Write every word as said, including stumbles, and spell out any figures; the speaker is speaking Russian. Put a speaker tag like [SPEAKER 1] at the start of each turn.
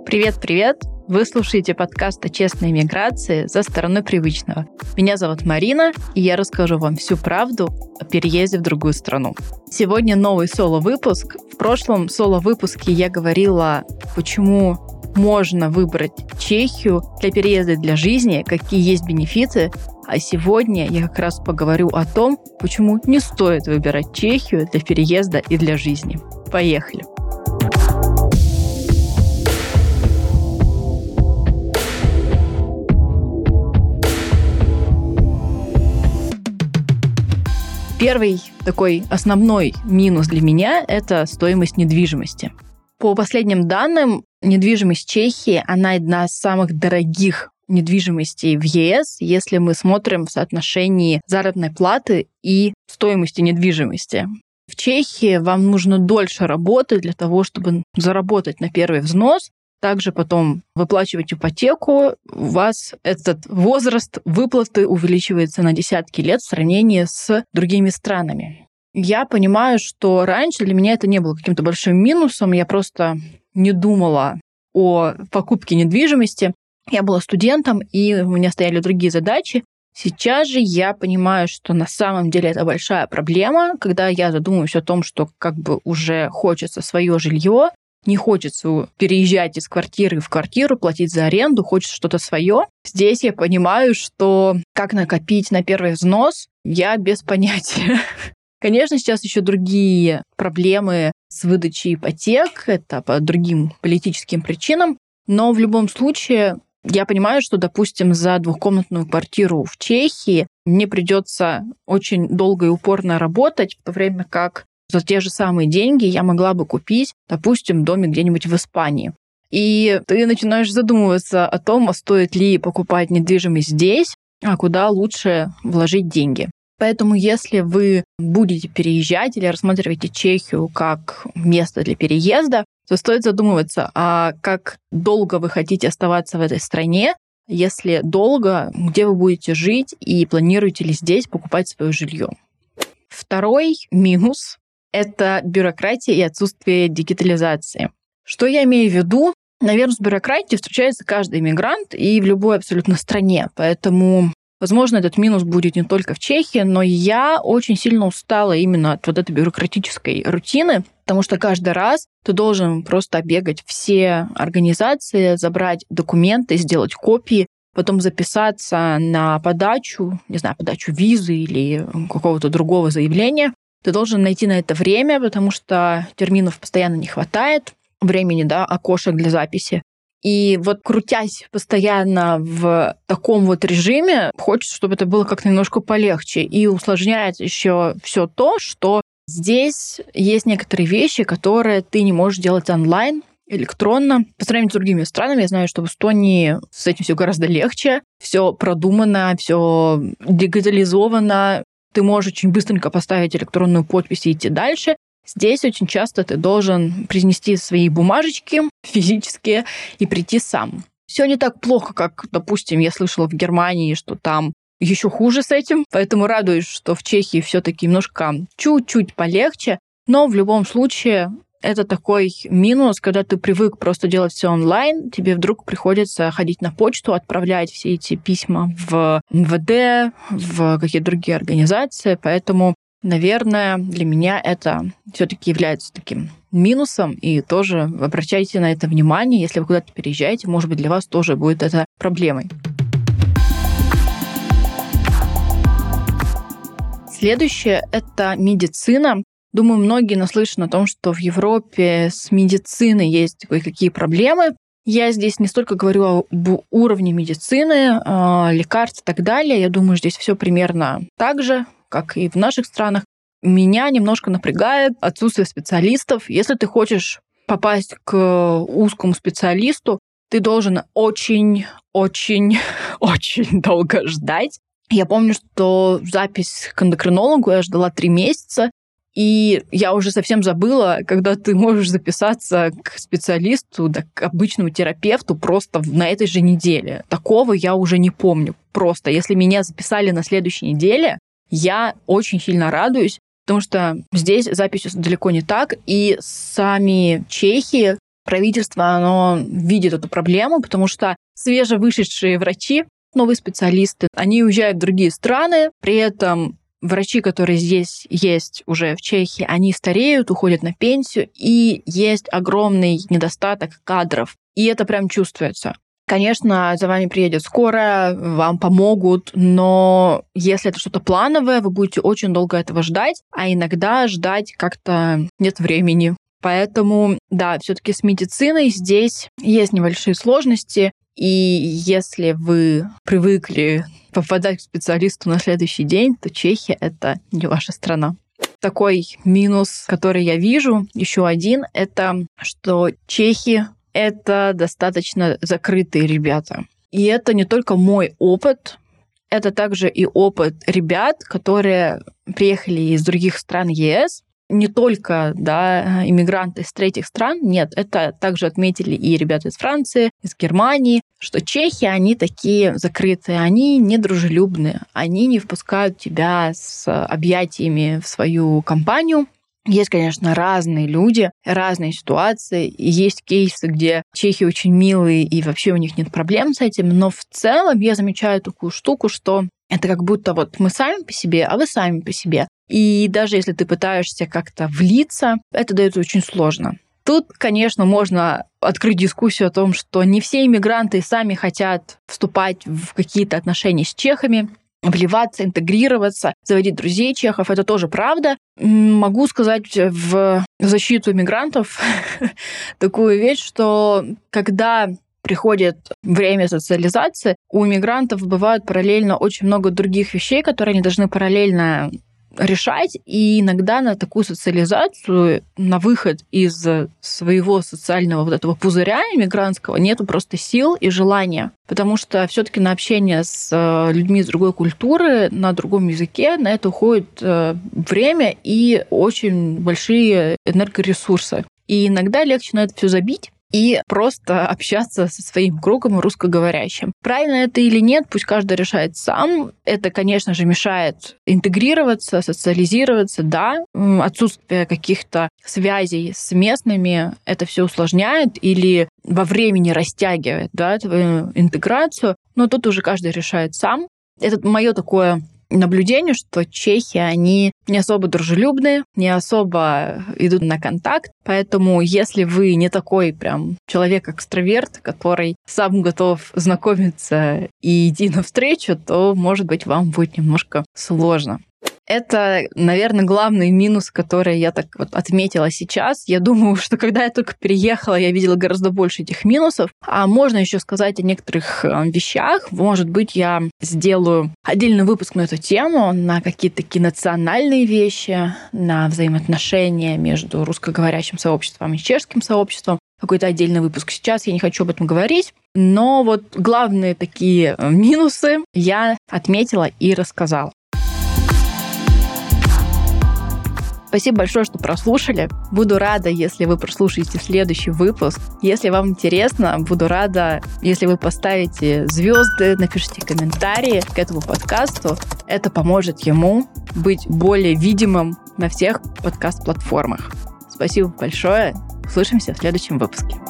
[SPEAKER 1] Привет-привет! Вы слушаете подкаст о честной миграции «За стороной привычного». Меня зовут Марина, и я расскажу вам всю правду о переезде в другую страну. Сегодня новый соло-выпуск. В прошлом соло-выпуске я говорила, почему можно выбрать Чехию для переезда и для жизни, какие есть бенефиты. А сегодня я как раз поговорю о том, почему не стоит выбирать Чехию для переезда и для жизни. Поехали! Первый такой основной минус для меня – это стоимость недвижимости. По последним данным, недвижимость Чехии, она одна из самых дорогих недвижимостей в ЕС, если мы смотрим в соотношении заработной платы и стоимости недвижимости. В Чехии вам нужно дольше работать для того, чтобы заработать на первый взнос, также потом выплачивать ипотеку, у вас этот возраст выплаты увеличивается на десятки лет в сравнении с другими странами. Я понимаю, что раньше для меня это не было каким-то большим минусом, я просто не думала о покупке недвижимости. Я была студентом, и у меня стояли другие задачи. Сейчас же я понимаю, что на самом деле это большая проблема, когда я задумываюсь о том, что как бы уже хочется свое жилье, не хочется переезжать из квартиры в квартиру, платить за аренду, хочется что-то свое. Здесь я понимаю, что как накопить на первый взнос, я без понятия. Конечно, сейчас еще другие проблемы с выдачей ипотек, это по другим политическим причинам, но в любом случае я понимаю, что, допустим, за двухкомнатную квартиру в Чехии мне придется очень долго и упорно работать, в то время как за те же самые деньги я могла бы купить, допустим, домик где-нибудь в Испании. И ты начинаешь задумываться о том, стоит ли покупать недвижимость здесь, а куда лучше вложить деньги. Поэтому если вы будете переезжать или рассматриваете Чехию как место для переезда, то стоит задумываться, а как долго вы хотите оставаться в этой стране, если долго, где вы будете жить и планируете ли здесь покупать свое жилье. Второй минус – это бюрократия и отсутствие дигитализации. Что я имею в виду? Наверное, с бюрократией встречается каждый иммигрант и в любой абсолютно стране. Поэтому, возможно, этот минус будет не только в Чехии, но я очень сильно устала именно от вот этой бюрократической рутины, потому что каждый раз ты должен просто оббегать все организации, забрать документы, сделать копии, потом записаться на подачу, не знаю, подачу визы или какого-то другого заявления. Ты должен найти на это время, потому что терминов постоянно не хватает, времени, да, окошек для записи. И вот крутясь постоянно в таком вот режиме, хочется, чтобы это было как-то немножко полегче. И усложняет еще все то, что здесь есть некоторые вещи, которые ты не можешь делать онлайн, электронно. По сравнению с другими странами, я знаю, что в Эстонии с этим все гораздо легче, все продумано, все дигитализовано. Ты можешь очень быстренько поставить электронную подпись и идти дальше. Здесь очень часто ты должен принести свои бумажечки физические и прийти сам. Все не так плохо, как, допустим, я слышала в Германии, что там еще хуже с этим. Поэтому радуюсь, что в Чехии все-таки немножко чуть-чуть полегче. Но в любом случае это такой минус, когда ты привык просто делать все онлайн, тебе вдруг приходится ходить на почту, отправлять все эти письма в эм вэ дэ, в какие-то другие организации. Поэтому, наверное, для меня это все-таки является таким минусом. И тоже обращайте на это внимание, если вы куда-то переезжаете, может быть, для вас тоже будет это проблемой. Следующее – это медицина. Думаю, многие наслышаны о том, что в Европе с медициной есть кое-какие проблемы. Я здесь не столько говорю об уровне медицины, лекарств и так далее. Я думаю, здесь все примерно так же, как и в наших странах. Меня немножко напрягает отсутствие специалистов. Если ты хочешь попасть к узкому специалисту, ты должен очень-очень-очень долго ждать. Я помню, что запись к эндокринологу я ждала три месяца, и я уже совсем забыла, когда ты можешь записаться к специалисту, да, к обычному терапевту просто на этой же неделе. Такого я уже не помню. Просто если меня записали на следующей неделе, я очень сильно радуюсь, потому что здесь запись далеко не так, и сами чехи правительство, оно видит эту проблему, потому что свежевышедшие врачи, новые специалисты, они уезжают в другие страны, при этом врачи, которые здесь есть уже в Чехии, они стареют, уходят на пенсию, и есть огромный недостаток кадров. И это прям чувствуется. Конечно, за вами приедет скорая, вам помогут, но если это что-то плановое, вы будете очень долго этого ждать, а иногда ждать как-то нет времени. Поэтому, да, все-таки с медициной здесь есть небольшие сложности, и если вы привыкли попадать к специалисту на следующий день, то Чехия — это не ваша страна. Такой минус, который я вижу, еще один, это что чехи — это достаточно закрытые ребята. И это не только мой опыт, это также и опыт ребят, которые приехали из других стран ЕС, не только, да, иммигранты из третьих стран, нет, это также отметили и ребята из Франции, из Германии, что чехи, они такие закрытые, они недружелюбные, они не впускают тебя с объятиями в свою компанию. Есть, конечно, разные люди, разные ситуации. Есть кейсы, где чехи очень милые, и вообще у них нет проблем с этим. Но в целом я замечаю такую штуку, что это как будто вот мы сами по себе, а вы сами по себе. И даже если ты пытаешься как-то влиться, это дается очень сложно. Тут, конечно, можно открыть дискуссию о том, что не все иммигранты сами хотят вступать в какие-то отношения с чехами, вливаться, интегрироваться, заводить друзей чехов. Это тоже правда. Могу сказать в защиту иммигрантов такую вещь, что когда приходит время социализации, у иммигрантов бывает параллельно очень много других вещей, которые они должны параллельно решать, и иногда на такую социализацию, на выход из своего социального вот этого пузыря иммигрантского нету просто сил и желания. Потому что все-таки на общение с людьми из другой культуры, на другом языке, на это уходит время и очень большие энергоресурсы. И иногда легче на это все забить и просто общаться со своим кругом русскоговорящим. Правильно это или нет, пусть каждый решает сам. Это, конечно же, мешает интегрироваться, социализироваться, да. Отсутствие каких-то связей с местными это все усложняет или во времени растягивает, да, твою интеграцию. Но тут уже каждый решает сам. Это мое такое наблюдение, что чехи, они не особо дружелюбные, не особо идут на контакт. Поэтому если вы не такой прям человек-экстраверт, который сам готов знакомиться и идти навстречу, то, может быть, вам будет немножко сложно. Это, наверное, главный минус, который я так вот отметила сейчас. Я думаю, что когда я только переехала, я видела гораздо больше этих минусов. А можно еще сказать о некоторых вещах. Может быть, я сделаю отдельный выпуск на эту тему, на какие-то такие национальные вещи, на взаимоотношения между русскоговорящим сообществом и чешским сообществом. Какой-то отдельный выпуск. Сейчас я не хочу об этом говорить, но вот главные такие минусы я отметила и рассказала. Спасибо большое, что прослушали. Буду рада, если вы прослушаете следующий выпуск. Если вам интересно, буду рада, если вы поставите звезды, напишите комментарии к этому подкасту. Это поможет ему быть более видимым на всех подкаст-платформах. Спасибо большое. Услышимся в следующем выпуске.